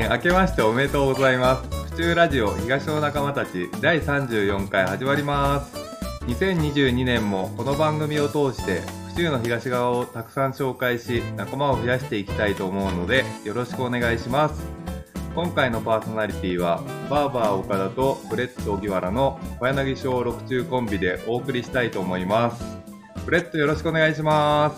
明けましておめでとうございます。府中ラジオ東の仲間たち第34回始まります。2022年もこの番組を通して府中の東側をたくさん紹介し、仲間を増やしていきたいと思うのでよろしくお願いします。今回のパーソナリティはバーバー岡田とブレッド荻原の小柳小6中コンビでお送りしたいと思います。ブレッドよろしくお願いします。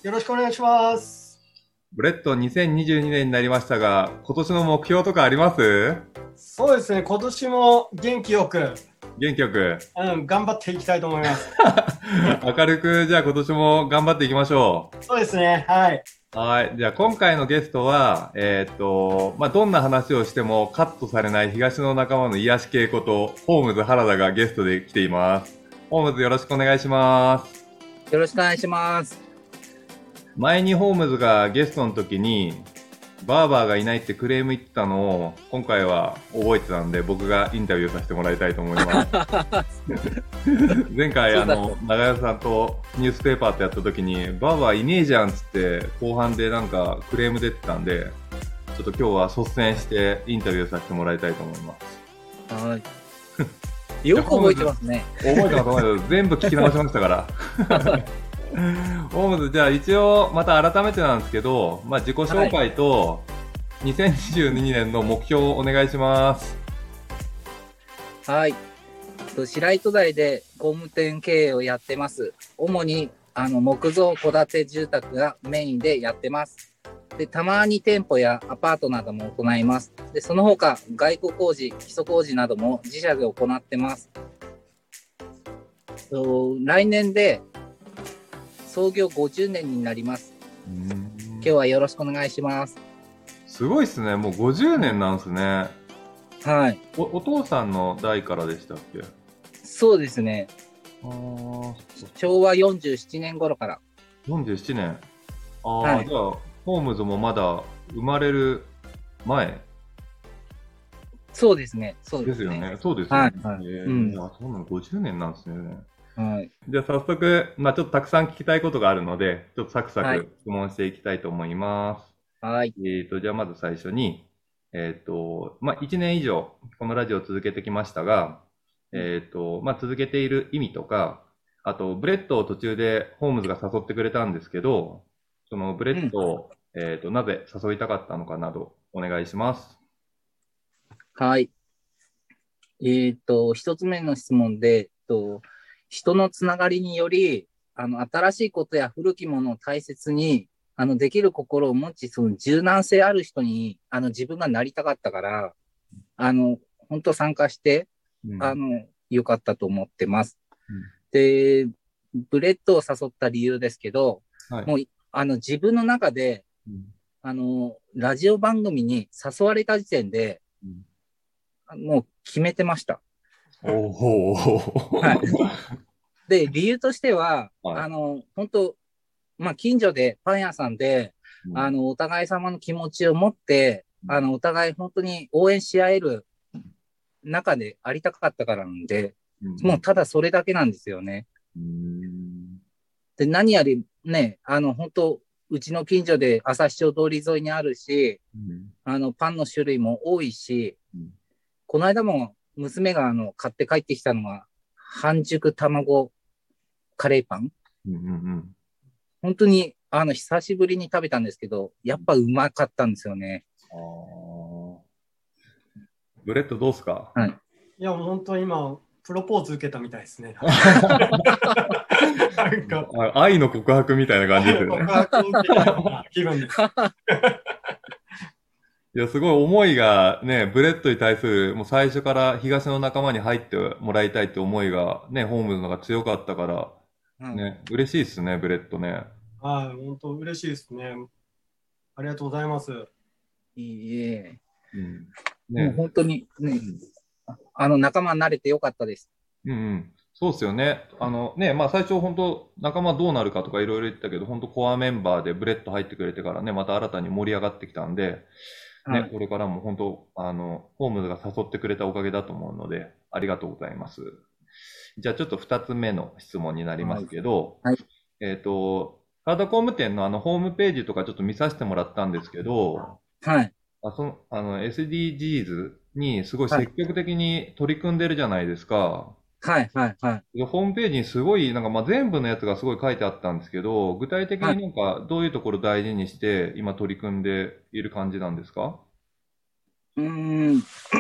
よろしくお願いします。 ブレッド2022年になりましたが、今年の目標とかあります？ そうですね、今年も元気よく、頑張っていきたいと思います。 明るく、じゃあ今年も頑張っていきましょう。そうですね、はい。 はい。じゃあ今回のゲストは、どんな話をしてもカットされない東の仲間の癒し系こと、ホームズ原田がゲストで来ています。ホームズよろしくお願いします。 よろしくお願いします。 前にホームズがゲストの時にバーバーがいないってクレーム言ってたのを今回は覚えてたんで、僕がインタビューさせてもらいたいと思います前回長屋さんとニュースペーパーってやった時にバーバーいねえじゃんっつって後半でなんかクレーム出てたんで、ちょっと今日は率先してインタビューさせてもらいたいと思います。 はいよく覚えてますね。 覚えてます。全部聞き直しましたからホームズ、じゃあ一応また改めてなんですけど、自己紹介と2022年の目標をお願いします。 はい。白糸台で工務店経営をやってます。主に木造戸建て住宅がメインでやってます。で、たまに店舗やアパートなども行います。で、その他外構工事、基礎工事なども自社で行ってます。来年で創業50年になります。今日はよろしくお願いします。 すごいっすね。もう50年なんですね。 はい。 お父さんの代からでしたっけ？ そうですね。昭和47年頃から。 47年。 はい、 じゃあホームズもまだ生まれる前？ そうですね。そうですね。 ですよね。そうですよね。 はい。 そうなの、50年なんですね。 はい。 じゃあ早速、ちょっとたくさん聞きたいことがあるので、ちょっとサクサク質問していきたいと思います。 はい。 じゃあまず最初に、1年以上このラジオを続けてきましたが、続けている意味とか、あと、ブレッドを途中でホームズが誘ってくれたんですけど、そのブレッドを、なぜ誘いたかったのかなど、お願いします。 はい。一つ目の質問で、人のつながりにより、新しいことや古きものを大切に、できる心を持ち、その柔軟性ある人に、自分がなりたかったから、本当参加して、よかったと思ってます。で、ブレッドを誘った理由ですけど、もう、自分の中で、ラジオ番組に誘われた時点で、もう決めてました。はい。で、理由としては、本当、近所でパン屋さんで、お互い様の気持ちを持って、お互い本当に応援し合える中でありたかったからなんで、もうただそれだけなんですよね。で、何やりね、本当、うちの近所で朝日町通り沿いにあるし、パンの種類も多いし、この間も娘が買って帰ってきたのは、半熟卵カレーパン。本当に久しぶりに食べたんですけど、やっぱうまかったんですよね。 ブレッドどうすか？ はい。いや、もう本当に今、プロポーズ受けたみたいですね。 なんか愛の告白みたいな感じですよね。告白受けたような気分です。いや、すごい思いがね、ブレッドに対する、もう最初から東の仲間に入ってもらいたいって思いがね、ホームズの方が強かったから、ね、嬉しいですね、ブレッドね。 はい、本当嬉しいですね。ありがとうございます。 いいえ。もう本当にね、仲間になれてよかったです。 そうですよね。最初本当仲間どうなるかとかいろいろ言ったけど、本当コアメンバーでブレッド入ってくれてからね、また新たに盛り上がってきたんで、ね、これからも本当、ホームズが誘ってくれたおかげだと思うので、ありがとうございます。じゃあちょっと2つ目の質問になりますけど、原田工務店のホームページとかちょっと見させてもらったんですけど、 SDGs にすごい積極的に取り組んでるじゃないですか。 はい、はい、はい。 ホームページにすごい、まあ全部のやつがすごい書いてあったんですけど、具体的はい。 になんかどういうところを大事にして今取り組んでいる感じなんですか？ うーん。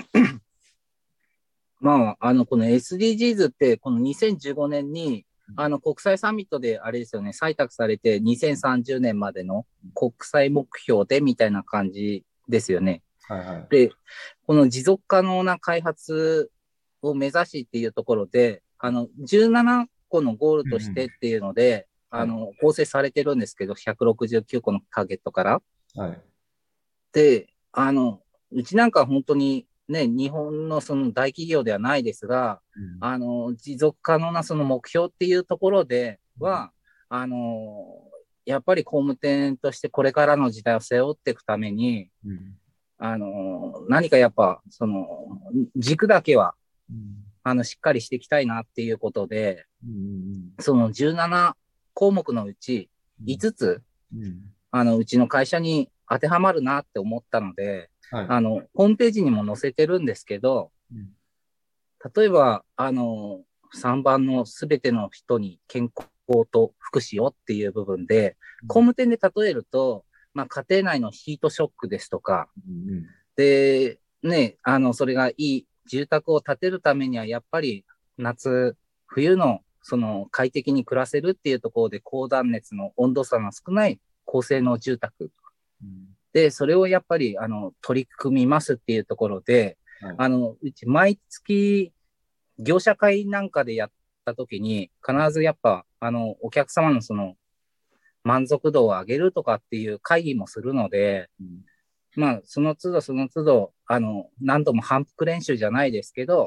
まあ、この SDGs って、この2015年に、国際サミットであれですよね、採択されて2030年までの国際目標でみたいな感じですよね。 はいはい。 で、この持続可能な開発を目指しっていうところで、17個のゴールとしてっていうので、 はい。 構成されてるんですけど、169個のターゲットから。 はい。 で、うちなんか本当にね、日本のその大企業ではないですが、持続可能なその目標っていうところでは、やっぱり工務店としてこれからの時代を背負っていくために、何かやっぱ、その、軸だけは、しっかりしていきたいなっていうことで、その17項目のうち5つ、うちの会社に当てはまるなって思ったので、 はい。 ホームページにも載せてるんですけど、例えば、3番のすべての人に健康と福祉をっていう部分で、工務店で例えると、まあ、家庭内のヒートショックですとか、で、ね、それがいい住宅を建てるためには、やっぱり夏、冬のその快適に暮らせるっていうところで、高断熱の温度差の少ない高性能住宅。で、それをやっぱり、取り組みますっていうところで、はい、うち毎月、業者会なんかでやったときに、必ずやっぱ、お客様のその、満足度を上げるとかっていう会議もするので、まあ、その都度その都度、何度も反復練習じゃないですけど、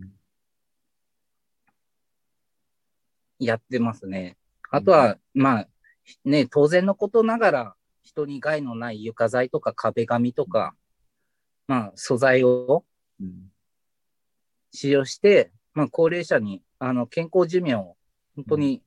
やってますね。あとは、まあ、ね、当然のことながら、人に害のない床材とか壁紙とか、まあ、素材を使用して、まあ、高齢者に、健康寿命を本当に、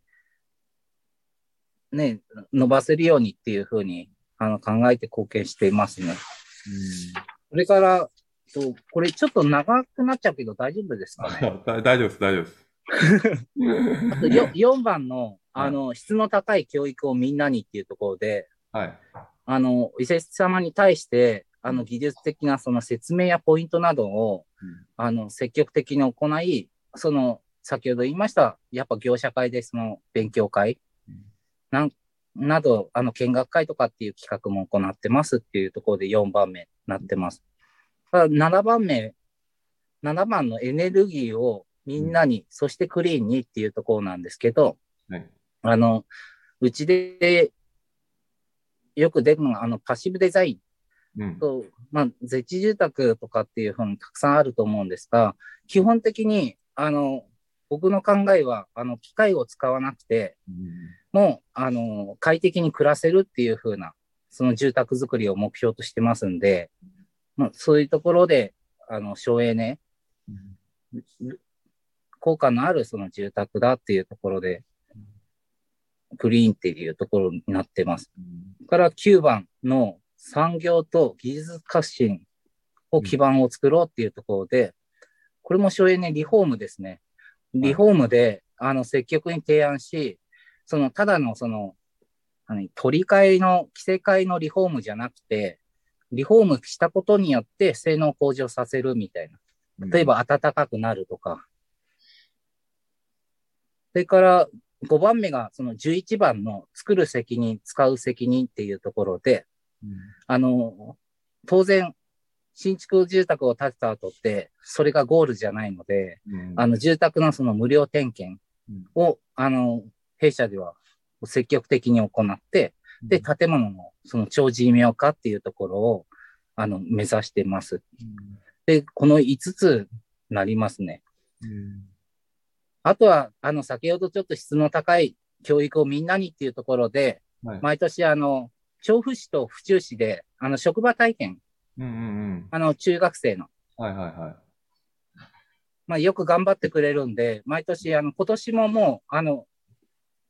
ね、伸ばせるようにっていうふうに、考えて貢献していますね。それから、これちょっと長くなっちゃうけど大丈夫ですかね。 大丈夫です、大丈夫です。 あと4番の、質の高い教育をみんなにっていうところで、 はい。 伊勢様に対して、技術的なその説明やポイントなどを、積極的に行い、先ほど言いました、やっぱ業者会でその勉強会、など、見学会とかっていう企画も行ってますっていうところで4番目になってます。7番のエネルギーをみんなに、そしてクリーンにっていうところなんですけど、はい、うちでよく出るのが、パッシブデザインと、まあ、ゼ地住宅とかっていうふうにたくさんあると思うんですが、基本的に、僕の考えは、機械を使わなくて、もう、快適に暮らせるっていうふうな、その住宅作りを目標としてますんで、まあ、そういうところで、省エネ、効果のあるその住宅だっていうところで、クリーンっていうところになってます。から9番の産業と技術革新を基盤を作ろうっていうところで、これも省エネリフォームですね。リフォームで、積極に提案し、ただの取り替えの、着せ替えのリフォームじゃなくて、リフォームしたことによって性能向上させるみたいな。例えば暖かくなるとか。それから5番目がその11番の作る責任、使う責任っていうところで、当然、新築住宅を建てた後って、それがゴールじゃないので、住宅のその無料点検を、弊社では積極的に行って、で、建物のその長寿命化っていうところを、目指しています。で、この5つなりますね。あとは、先ほどちょっと質の高い教育をみんなにっていうところで、毎年、調布市と府中市で、職場体験、中学生の。まあ、よく頑張ってくれるんで、毎年、今年もも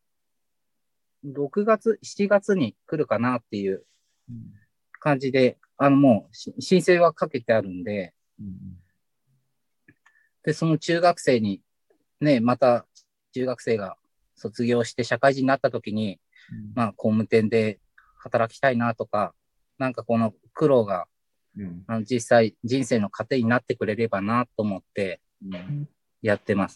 う、6月、7月に来るかなっていう感じで、 もう申請はかけてあるんで、で、その中学生に、ね、また中学生が卒業して社会人になった時に、まあ、工務店で働きたいなとか、なんかこの苦労が、実際人生の糧になってくれればなと思ってやってます。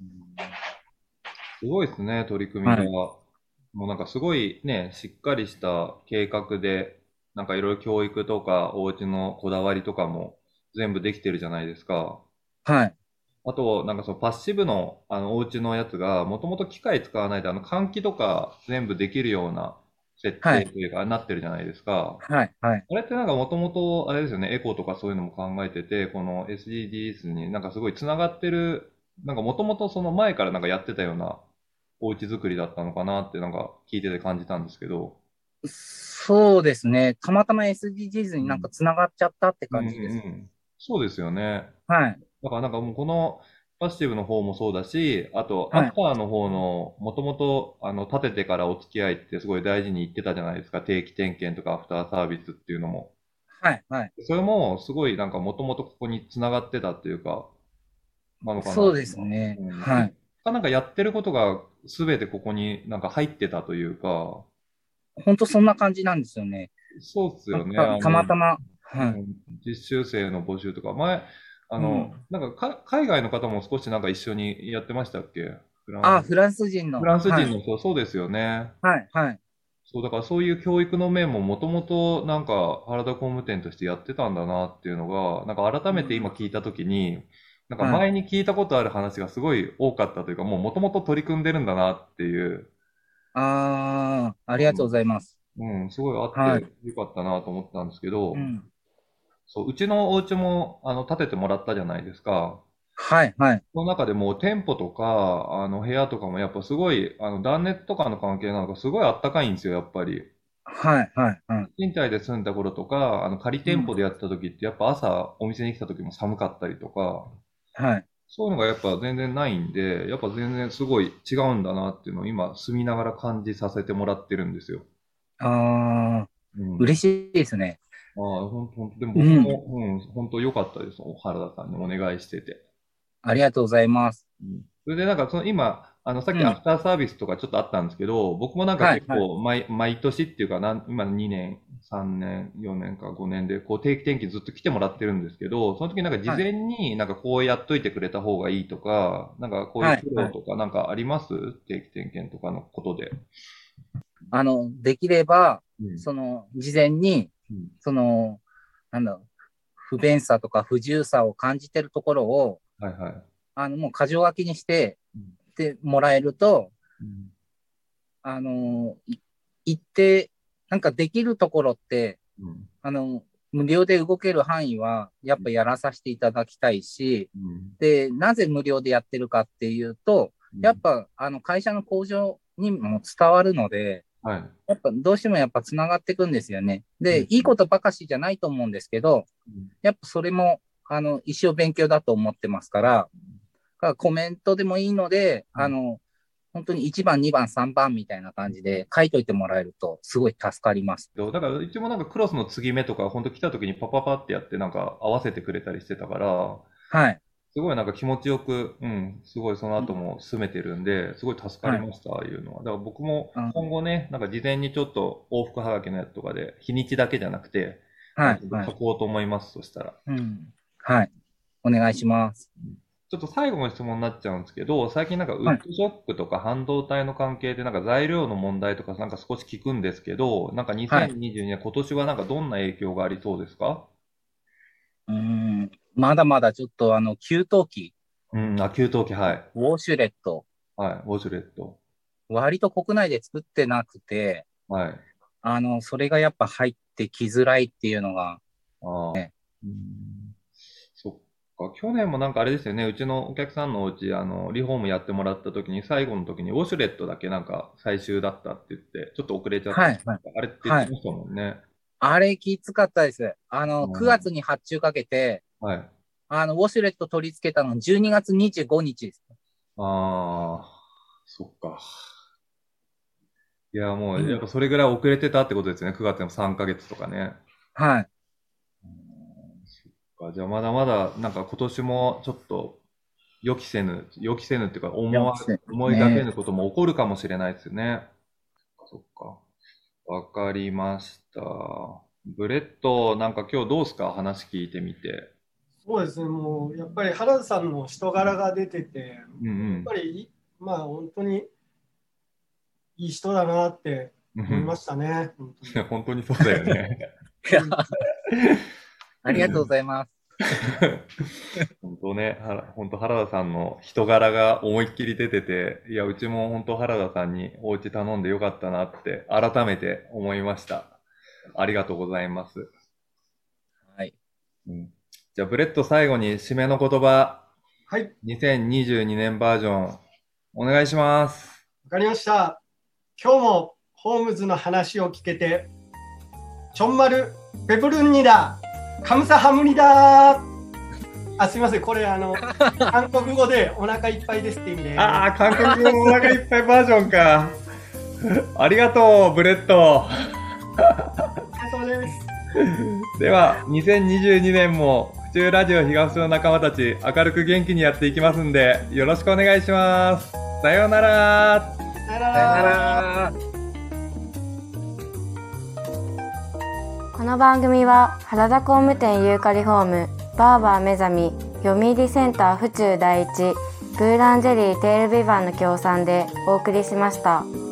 すごいですね、取り組みが。もうなんかすごいね、しっかりした計画で、なんかいろいろ教育とか、お家のこだわりとかも全部できてるじゃないですか。 はい。 あと、なんかそのパッシブの、お家のやつが、もともと機械使わないで、換気とか全部できるような設はい。 定というか、なってるじゃないですか。 はい。はい。 あれってなんかもともと、あれですよね、エコとかそういうのも考えてて、この SDGs になんかすごいつながってる、なんかもともとその前からなんかやってたようなお家作りだったのかなってなんか聞いてて感じたんですけど。 そうですね。たまたま SDGs になんかうん。 繋がっちゃったってうんうん感じです。 うん。そうですよね。 はい。 だからなんかもうこのパッシブの方もそうだし、あとアはい。 フターの方のもともと建ててからお付き合いってすごい大事に言ってたじゃないですか。定期点検とかアフターサービスっていうのも。 はい。はい。 それもすごいなんかもともとここに繋がってたっていうか、なのかなそうでっていうのは。 すね。 うん。結はい。 果なんかやってることが全てここになんか入ってたというか、 本当そんな感じなんですよね。 そうっすよね。 なんか、たまたま、はい。 うん、実習生の募集とか、前、 うん。 なんか海外の方も少しなんか一緒にやってましたっけ？ フランス人の、 フランスはい。 人の人、そうですよね。 はい。はい。 そう、だからそういう教育の面ももともとなんか原田工務店としてやってたんだなっていうのが、なんか改めて今聞いたときに、なんかはい。 前に聞いたことある話がすごい多かったというか、もともと取り組んでるんだなっていう、 ありがとうございます。 すごいあっはい。 てよかったなと思ったんですけど、 うん。 そう、うちのお家も建ててもらったじゃないですか。 はい。はい。 その中でもう店舗とか、部屋とかもやっぱすごい、断熱とかの関係なのかすごいあったかいんですよ、やっぱり。 はい。はい。はい。 賃貸で住んだ頃とか、仮うん。 店舗でやってた時って、やっぱ朝お店に来た時も寒かったりとか、 はい。 そういうのがやっぱ全然ないんで、やっぱ全然すごい違うんだなっていうのを今住みながら感じさせてもらってるんですよ。 ああ、 うん。 嬉しいですね。 ああ、ほんと、でもうん。 僕も、本当良かったです。原田さんにお願いしてて。 ありがとうございます。 それでなんかその今、さっきアうん。 フターサービスとかちょっとあったんですけど、僕もなんかはい。はい。 結構毎年っていうか今2年、3年、4年か5年でこう定期点検ずっと来てもらってるんですけど、その時なんか事はい。 前になんかこうやっといてくれた方がいいとか、なんかこういうはい。 苦労はい。 とかなんかあります？定期点検とかのことで。 できれば、 うん。 事前に、 うん。 その、なんだ、不便さとか不自由さを感じてるところを、 はいはい。 もう箇条書きにして、 うん。 でもらえると、 うん。 あの、行って、なんかできるところって、 うん。 あの、無料で動ける範囲は、やっぱやらさせていただきたいし、 うん。 で、なぜ無料でやってるかっていうと、 うん。 やっぱ、会社の向上にも伝わるので、 はい。 やっぱどうしてもやっぱつながっていくんですよね。で、 うん。 いいことばかしじゃないと思うんですけど、 うん。 やっぱそれも、一生勉強だと思ってますから、コメントでもいいので、 うん。 本当に1番、2番、3番みたいな感じで書いといてもらえると、すごい助かります。 だから、一応なんかクロスの継ぎ目とか、本当来た時にパパパってやってなんか合わせてくれたりしてたから、 はい。 すごいなんか気持ちよく、すごいその後も住めてるんで、すごい助かりはい。 ました、ああいうのは。だから僕もうん、 今後ね、なんか事前にちょっと往復はがきのやつとかで、日にちだけじゃなくて、 はい。 ちょっとはい。 書こうと思います、そしたら。 うん。はい。お願いします。 ちょっと最後の質問になっちゃうんですけど、最近なんかウッはい。 ドショックとか半導体の関係でなんか材料の問題とかなんか少し聞くんですけど、なんかはい。 2022年今年はなんかどんな影響がありそうですか？ まだまだちょっと給湯器、 うん、給湯器、はい。 ウォシュレット、 はい、ウォシュレット。 割と国内で作ってなくて、 はい。 それがやっぱ入ってきづらいっていうのが、 ああ。うん、そっか。去年もなんかあれですよね、うちのお客さんのお家、リフォームやってもらった時に、最後の時にウォシュレットだけなんか最終だったって言って、ちょっと遅れちゃった。 はい、はい、 あれって言っはい。 てましたもんね。 あれきつかったです。9月うん。 に発注かけて、 はい。 ウォシュレット取り付けたの12月25日です。 ああ、そっか。いや、もう、やっうん。 ぱそれぐらい遅れてたってことですよね。9月の3ヶ月とかね。 はい。 か。じゃあまだまだなんか今年もちょっと予期せぬっていうか思いがけぬことも起こるかもしれないですよね。そっか。わかりました。ブレッド、なんか今日どうですか、話聞いてみて。 そうですね、もうやっぱり原田さんの人柄が出てて、やっぱりまあ本当にいい人だなって思いましたね。 本当にそうだよね。 ありがとうございます。 本当ね、本当原田さんの人柄が思いっきり出てて、いや、うちも本当原田さんにお家頼んでよかったなって改めて思いました。ありがとうございます。 はい。 じゃあ、ブレッド最後に締めの言葉。 はい。 2022年バージョン、お願いします。 わかりました。今日もホームズの話を聞けて、ちょんまるペブルンニだ。カムサハムニだ。すみません、これ韓国語でお腹いっぱいですって意味で。 韓国語のお腹いっぱいバージョンか。ありがとう、ブレッド。 お疲れ様です。 では、2022年も府中ラジオ東の仲間たち、明るく元気にやっていきますんで、よろしくお願いします。さようなら。 さようなら。 この番組は原田工務店ユーカリホーム、バーバー目覚み、読売センター府中第一、ブーランジェリーテールビバンの協賛でお送りしました。